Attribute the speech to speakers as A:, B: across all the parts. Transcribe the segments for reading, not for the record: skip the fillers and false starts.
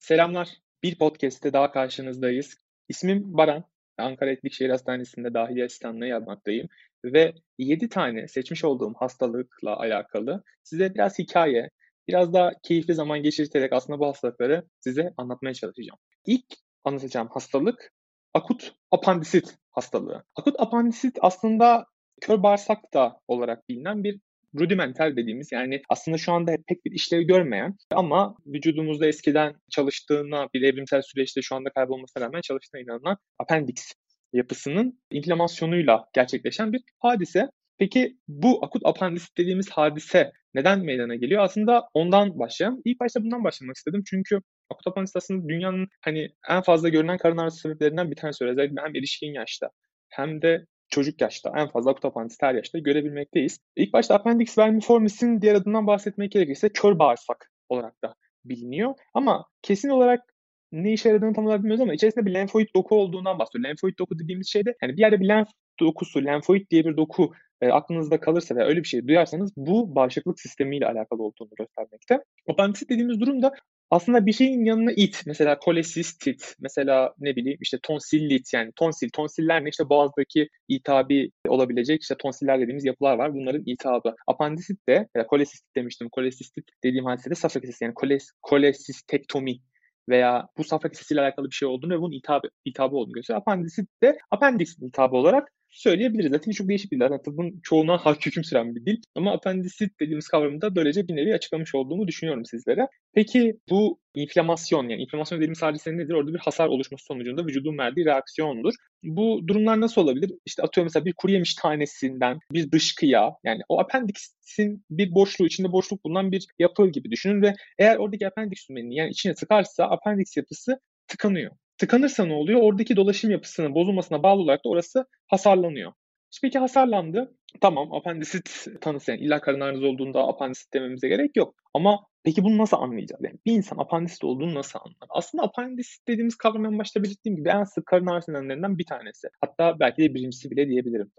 A: Selamlar. Bir podcast'te daha karşınızdayız. İsmim Baran. Ankara Etlikşehir Hastanesi'nde dahiliye asistanlığı yapmaktayım. Ve 7 tane seçmiş olduğum hastalıkla alakalı size biraz hikaye, biraz da keyifli zaman geçirterek aslında bu hastalıkları size anlatmaya çalışacağım. İlk anlatacağım hastalık akut apandisit hastalığı. Akut apandisit aslında kör bağırsak da olarak bilinen bir rudimenter dediğimiz, yani aslında şu anda pek bir işlevi görmeyen ama vücudumuzda eskiden çalıştığına, bir evrimsel süreçte şu anda kaybolmasına rağmen çalıştığına inanılan apendix yapısının inflamasyonuyla gerçekleşen bir hadise. Peki bu akut apandisit dediğimiz hadise neden meydana geliyor? Aslında ondan başlayalım. İlk başta bundan başlamak istedim çünkü akut apandisit aslında dünyanın en fazla görülen karın ağrısı sebeplerinden bir tanesi. Özellikle hem erişkin yaşta hem de çocuk yaşta en fazla akut apandisit her yaşta görebilmekteyiz. İlk başta appendix vermiformis'in diğer adından bahsetmek gerekirse kör bağırsak olarak da biliniyor. Ama kesin olarak ne işe yaradığını tam olarak bilmiyoruz ama içerisinde bir lenfoid doku olduğundan bahsediyor. Lenfoid doku dediğimiz şey de yani bir yerde bir lenf dokusu, lenfoid diye bir doku aklınızda kalırsa veya öyle bir şey duyarsanız bu bağışıklık sistemiyle alakalı olduğunu göstermekte. Apandisit dediğimiz durum da aslında bir şeyin yanına mesela kolesistit, mesela ne bileyim işte tonsillit, yani tonsiller ne, işte boğazdaki iltihabi olabilecek işte tonsiller dediğimiz yapılar var. Bunların iltihabı. Apandisit de kolesistit demiştim. Kolesistit dediğim hadise de safra kesesi, yani kolesistektomi veya bu safra kesesiyle alakalı bir şey olduğunu ve bunun iltihabı olduğunu gösteriyor. Apandisit de appendix iltihabı olarak söyleyebiliriz. Zaten çok değişik bir dil. Zaten tıbbın çoğuna hüküm süren bir dil. Ama apandisit dediğimiz kavramı da böylece bir nevi açıklamış olduğumu düşünüyorum sizlere. Peki bu inflamasyon, yani inflamasyon dediğimiz hadise nedir? Orada bir hasar oluşması sonucunda vücudun verdiği reaksiyondur. Bu durumlar nasıl olabilir? İşte atıyorum mesela bir kuru yemiş tanesinden bir dışkıya, yani o apendiksin bir boşluğu, içinde boşluk bulunan bir yapı gibi düşünün ve eğer oradaki apendiks dümenini yani içine tıkarsa apendiks yapısı tıkanıyor. Tıkanırsa ne oluyor? Oradaki dolaşım yapısının bozulmasına bağlı olarak da orası hasarlanıyor. Peki hasarlandı. Tamam, apendisit tanısı, yani illa karın ağrınız olduğunda apendisit dememize gerek yok. Ama peki bunu nasıl anlayacağız? Yani bir insan apendisit olduğunu nasıl anlar? Aslında apendisit dediğimiz kavram en başta belirttiğim gibi en sık karın ağrısı nedenlerinden bir tanesi. Hatta belki de birincisi bile diyebilirim.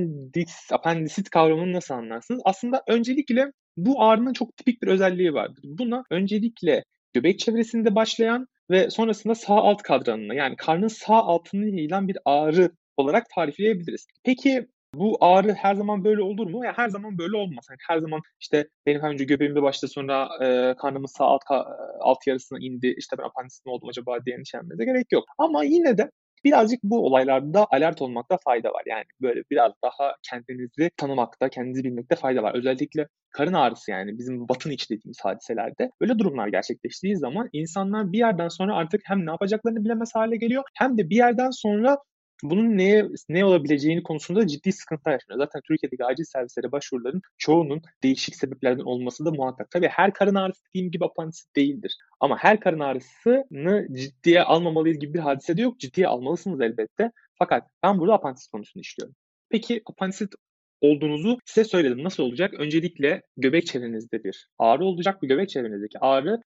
A: Apendisit kavramını nasıl anlarsınız? Aslında öncelikle bu ağrının çok tipik bir özelliği vardır. Buna öncelikle göbek çevresinde başlayan ve sonrasında sağ alt kadranına, yani karnın sağ altına yayılan bir ağrı olarak tarifleyebiliriz. Peki bu ağrı her zaman böyle olur mu? Yani her zaman böyle olmaz. Yani her zaman işte benim önce göbeğimde başladı, sonra karnımın sağ alt yarısına indi, işte ben apandisit mi oldum acaba diye endişelenmenize gerek yok. Ama yine de birazcık bu olaylarda alert olmakta fayda var. Yani böyle biraz daha kendinizi tanımakta, kendinizi bilmekte fayda var. Özellikle karın ağrısı, yani bizim batın içi dediğimiz hadiselerde böyle durumlar gerçekleştiği zaman insanlar bir yerden sonra artık hem ne yapacaklarını bilemez hale geliyor hem de bir yerden sonra bunun ne olabileceğini konusunda ciddi sıkıntılar yaşanıyor. Zaten Türkiye'deki acil servislere başvuruların çoğunun değişik sebeplerden olması da muhakkak. Tabii her karın ağrısı dediğim gibi apandisit değildir. Ama her karın ağrısını ciddiye almamalıyız gibi bir hadise de yok. Ciddiye almalısınız elbette. Fakat ben burada apandisit konusunu işliyorum. Peki apandisit olduğunuzu size söyledim. Nasıl olacak? Öncelikle göbek çevrenizde bir ağrı olacak. Bu göbek çevrenizdeki ağrı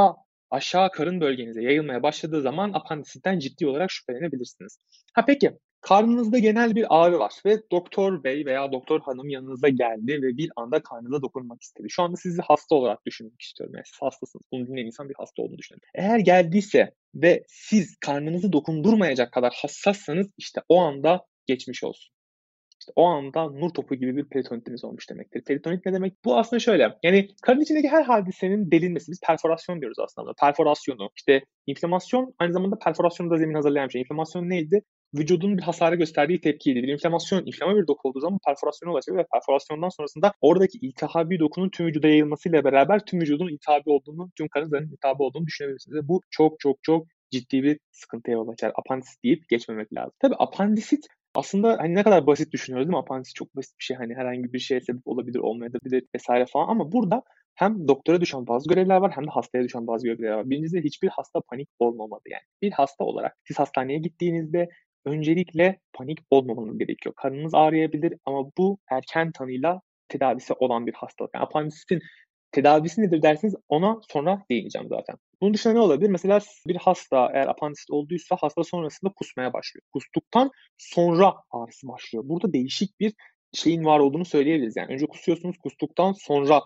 A: aşağı karın bölgenize yayılmaya başladığı zaman apandisitten ciddi olarak şüphelenebilirsiniz. Peki karnınızda genel bir ağrı var ve doktor bey veya doktor hanım yanınıza geldi ve bir anda karnınıza dokunmak istedi. Şu anda sizi hasta olarak düşünmek istiyorum. Yani siz hastasınız. Bunu dinleyen insan bir hasta olduğunu düşünün. Eğer geldiyse ve siz karnınızı dokundurmayacak kadar hassassanız işte o anda geçmiş olsun. İşte o anda nur topu gibi bir peritonitiniz olmuş demektir. Peritonit ne demek? Bu aslında şöyle. Yani karın içindeki her hadisenin delinmesi. Biz perforasyon diyoruz aslında. Perforasyonu. İşte inflamasyon aynı zamanda perforasyonu da zemin hazırlayan bir şey. İnflamasyon neydi? Vücudun bir hasara gösterdiği tepkiydi. Bir inflama bir doku olduğu zaman perforasyona ulaşıyor ve perforasyondan sonrasında oradaki iltihabi dokunun tüm vücuda yayılmasıyla beraber tüm vücudun iltihabi olduğunu, tüm karın zarının iltihabi olduğunu düşünebilirsiniz. Ve bu çok çok çok ciddi bir sıkıntıya yol açar. Apandisit deyip geçmemek lazım. Tabii apandisit aslında ne kadar basit düşünüyoruz değil mi? Apandisit çok basit bir şey. Herhangi bir şeye sebep olabilir, olmayabilir vesaire falan. Ama burada hem doktora düşen bazı görevler var hem de hastaya düşen bazı görevler var. Birincisi, hiçbir hasta panik olmamalı yani. Bir hasta olarak siz hastaneye gittiğinizde öncelikle panik olmamanız gerekiyor. Karnınız ağrıyabilir ama bu erken tanıyla tedavisi olan bir hastalık. Yani apandisitin tedavisi nedir dersiniz, ona sonra değineceğim zaten. Bunun dışında ne olabilir? Mesela bir hasta eğer apandisit olduysa hasta sonrasında kusmaya başlıyor. Kustuktan sonra ağrısı başlıyor. Burada değişik bir şeyin var olduğunu söyleyebiliriz. Yani önce kusuyorsunuz, kustuktan sonra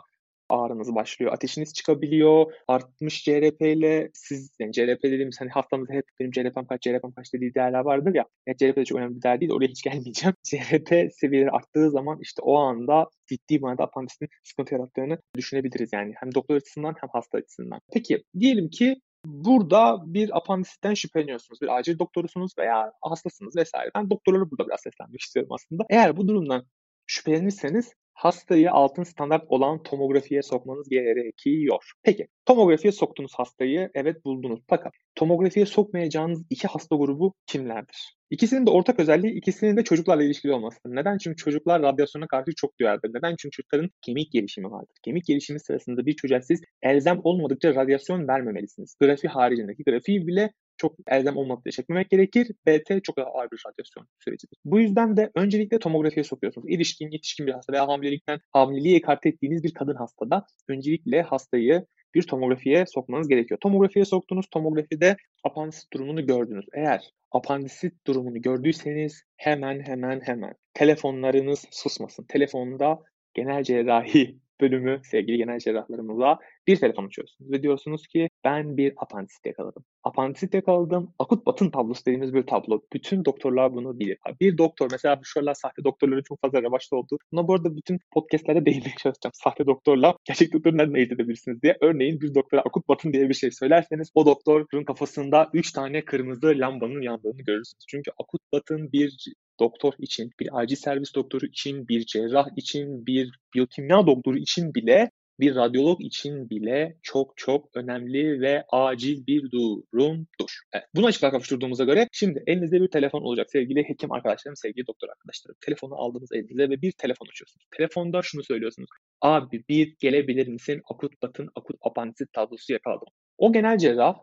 A: ağrınız başlıyor. Ateşiniz çıkabiliyor. Artmış CRP ile siz, yani CRP dediğimiz hani hastamız hep benim CRP'm kaç dediği değerler vardır ya. Yani CRP de çok önemli bir değer değil. Oraya hiç gelmeyeceğim. CRP seviyeleri arttığı zaman işte o anda ciddi manada apandisin sıkıntı yarattığını düşünebiliriz yani. Hem doktor açısından hem hasta açısından. Peki diyelim ki burada bir apandisitten şüpheleniyorsunuz. Bir acil doktorusunuz veya hastasınız vesaire. Ben doktorları burada biraz seslenmek istiyorum aslında. Eğer bu durumdan şüphelenirseniz hastayı altın standart olan tomografiye sokmanız gerekiyor. Peki tomografiye soktunuz hastayı, evet buldunuz. Fakat tomografiye sokmayacağınız iki hasta grubu kimlerdir? İkisinin de ortak özelliği ikisinin de çocuklarla ilişkili olması. Neden? Çünkü çocuklar radyasyona karşı çok duyarlıdır. Neden? Çünkü çocukların kemik gelişimi vardır. Kemik gelişimi sırasında bir çocuğa siz elzem olmadıkça radyasyon vermemelisiniz. Grafi haricindeki grafiği bile çok elzem olmadıkça çekmemek gerekir. BT çok ağır bir radyasyon sürecidir. Bu yüzden de öncelikle tomografiye sokuyorsunuz. Yetişkin bir hasta veya hamileliği ekarte ettiğiniz bir kadın hastada öncelikle hastayı bir tomografiye sokmanız gerekiyor. Tomografiye soktunuz. Tomografide apandisit durumunu gördünüz. Eğer apandisit durumunu gördüyseniz hemen telefonlarınız susmasın. Telefonda genel cerrahi bölümü sevgili genel cerrahlarımıza bir telefon açıyorsunuz ve diyorsunuz ki ben bir apandisit yakaladım. Apandisit yakaladım. Akut batın tablosu dediğimiz bir tablo. Bütün doktorlar bunu bilir. Bir doktor mesela şu aralar sahte doktorların çok fazla revaçta olduğu. Buna bu arada bütün podcastlerde değinmeye çalışacağım. Sahte doktorla gerçek doktoru nereden ayırt edebilirsiniz diye. Örneğin bir doktora akut batın diye bir şey söylerseniz o doktorun kafasında 3 tane kırmızı lambanın yandığını görürsünüz. Çünkü akut batın bir doktor için, bir acil servis doktoru için, bir cerrah için, bir biyokimya doktoru için bile, bir radyolog için bile çok önemli ve acil bir durumdur. Evet, bunu açıklığa kavuşturduğumuza göre şimdi elinizde bir telefon olacak sevgili hekim arkadaşlarım, sevgili doktor arkadaşlarım. Telefonu aldınız elinize ve bir telefon açıyorsunuz. Telefonda şunu söylüyorsunuz. Abi bir gelebilir misin? Akut batın, akut apandisit tablosu yakaladım. O genel cerrah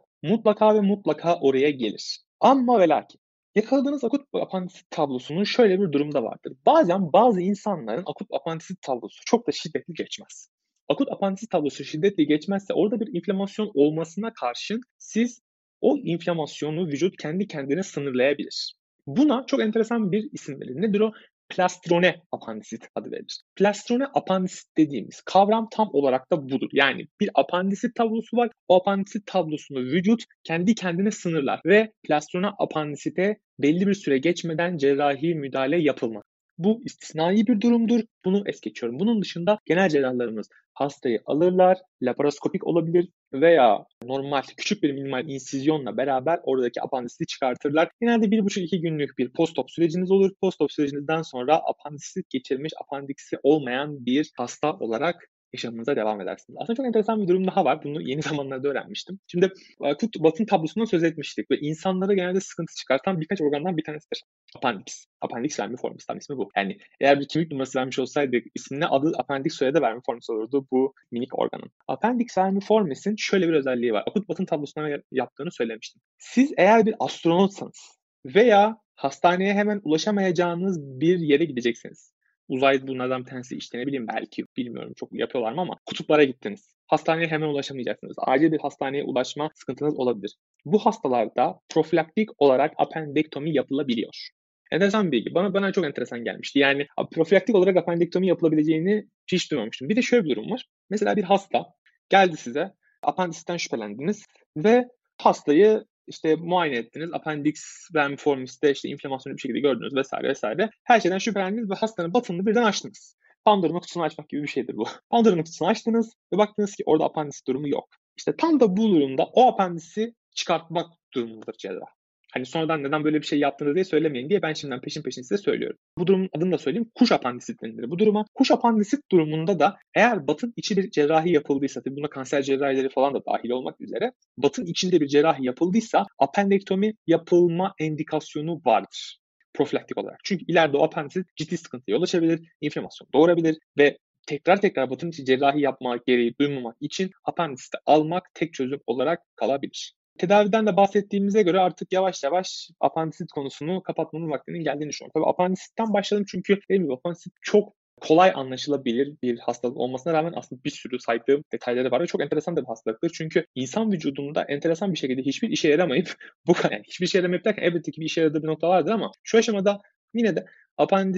A: mutlaka oraya gelir. Ama ve lakin yakaladığınız akut apandisit tablosunun şöyle bir durum da vardır. Bazen bazı insanların akut apandisit tablosu çok da şiddetli geçmez. Akut apandisit tablosu şiddetli geçmezse orada bir inflamasyon olmasına karşın siz o inflamasyonu vücut kendi kendine sınırlayabilir. Buna çok enteresan bir isim verilir. Nedir o? Plastrone apandisit adı verilir. Plastrone apandisit dediğimiz kavram tam olarak da budur. Yani bir apandisit tablosu var. O apandisit tablosunu vücut kendi kendine sınırlar ve plastrone apandisite belli bir süre geçmeden cerrahi müdahale yapılmaz. Bu istisnai bir durumdur. Bunu es geçiyorum. Bunun dışında genel cerrahlarımız hastayı alırlar, laparoskopik olabilir veya normal küçük bir minimal insizyonla beraber oradaki apandisiti çıkartırlar. Genelde 1,5-2 günlük bir post-op süreciniz olur. Post-op sürecinizden sonra apandisit geçirmiş, apandiksi olmayan bir hasta olarak yaşamınıza devam edersiniz. Aslında çok enteresan bir durum daha var. Bunu yeni zamanlarda öğrenmiştim. Şimdi akut batın tablosundan söz etmiştik ve insanlara genelde sıkıntı çıkartan birkaç organdan bir tanesidir. Appendix. Appendix vermiformis, tam ismi bu. Yani eğer bir kimlik numarası vermiş olsaydı ismine adı appendix soyadı vermiformis olurdu bu minik organın. Appendix vermiformis'in şöyle bir özelliği var. Akut batın tablosuna yaptığını söylemiştim. Siz eğer bir astronotsanız veya hastaneye hemen ulaşamayacağınız bir yere gideceksiniz. Uzayda bunlardan bir tanesi işte ne bileyim belki bilmiyorum çok yapıyorlar mı ama kutuplara gittiniz. Hastaneye hemen ulaşamayacaksınız. Acil bir hastaneye ulaşma sıkıntınız olabilir. Bu hastalarda profilaktik olarak apendektomi yapılabiliyor. Enteresan bir bilgi. Bana çok enteresan gelmişti. Yani profilaktik olarak apendektomi yapılabileceğini hiç duymamıştım. Bir de şöyle bir durum var. Mesela bir hasta geldi size, apandisitten şüphelendiniz ve hastayı işte muayene ettiniz. Appendix vermiformis'te işte inflamasyonu bir şekilde gördünüz vesaire. Her şeyden şüphelendiniz ve hastanın batınını birden açtınız. Pandora'nın kutusunu açmak gibi bir şeydir bu. Pandora'nın kutusunu açtınız ve baktınız ki orada apandis durumu yok. İşte tam da bu durumda o apandisi çıkartmak durumundadır cerrah. Hani sonradan neden böyle bir şey yaptınız diye söylemeyin diye ben şimdiden peşin size söylüyorum. Bu durumun adını da söyleyeyim. Kuş apandisit denilir. Bu duruma kuş apandisit durumunda da eğer batın içi bir cerrahi yapıldıysa, tabii buna kanser cerrahileri falan da dahil olmak üzere, batın içinde bir cerrahi yapıldıysa apendektomi yapılma endikasyonu vardır profilaktik olarak. Çünkü ileride o apendisit ciddi sıkıntıya yol açabilir, inflamasyon doğurabilir ve tekrar batın içi cerrahi yapmak gereği duymamak için apendisiti almak tek çözüm olarak kalabilir. Tedaviden de bahsettiğimize göre artık yavaş apandisit konusunu kapatmanın vaktinin geldiğini düşünüyorum. Tabii apandisitten başladım çünkü benim gibi apandisit çok kolay anlaşılabilir bir hastalık olmasına rağmen aslında bir sürü saydığım detayları var ve çok enteresan da bir hastalıktır. Çünkü insan vücudunda enteresan bir şekilde hiçbir işe yaramayıp bu kadar yani hiçbir işe yaramayıp derken elbette ki bir işe yaradığı bir nokta vardır ama şu aşamada yine de apandisit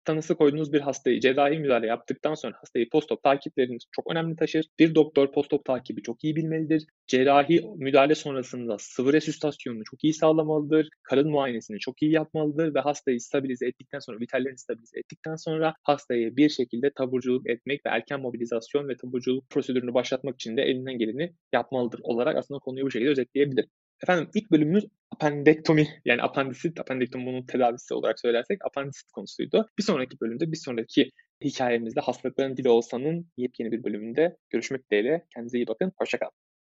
A: tanısı koyduğunuz bir hastayı cerrahi müdahale yaptıktan sonra hastayı postop takipleriniz çok önemli taşır. Bir doktor postop takibi çok iyi bilmelidir. Cerrahi müdahale sonrasında sıvı resüsitasyonunu çok iyi sağlamalıdır. Karın muayenesini çok iyi yapmalıdır ve hastayı stabilize ettikten sonra, vitallerini stabilize ettikten sonra hastayı bir şekilde taburculuk etmek ve erken mobilizasyon ve taburculuk prosedürünü başlatmak için de elinden geleni yapmalıdır olarak aslında konuyu bu şekilde özetleyebilirim. Efendim ilk bölümümüz apendektomi, yani apandisit, apendektomi bunun tedavisi olarak söylersek apandisit konusuydu. Bir sonraki bölümde, bir sonraki hikayemizde Hastalıkların Dili Olsan'ın yepyeni bir bölümünde görüşmek dileğiyle. Kendinize iyi bakın. Hoşça kalın.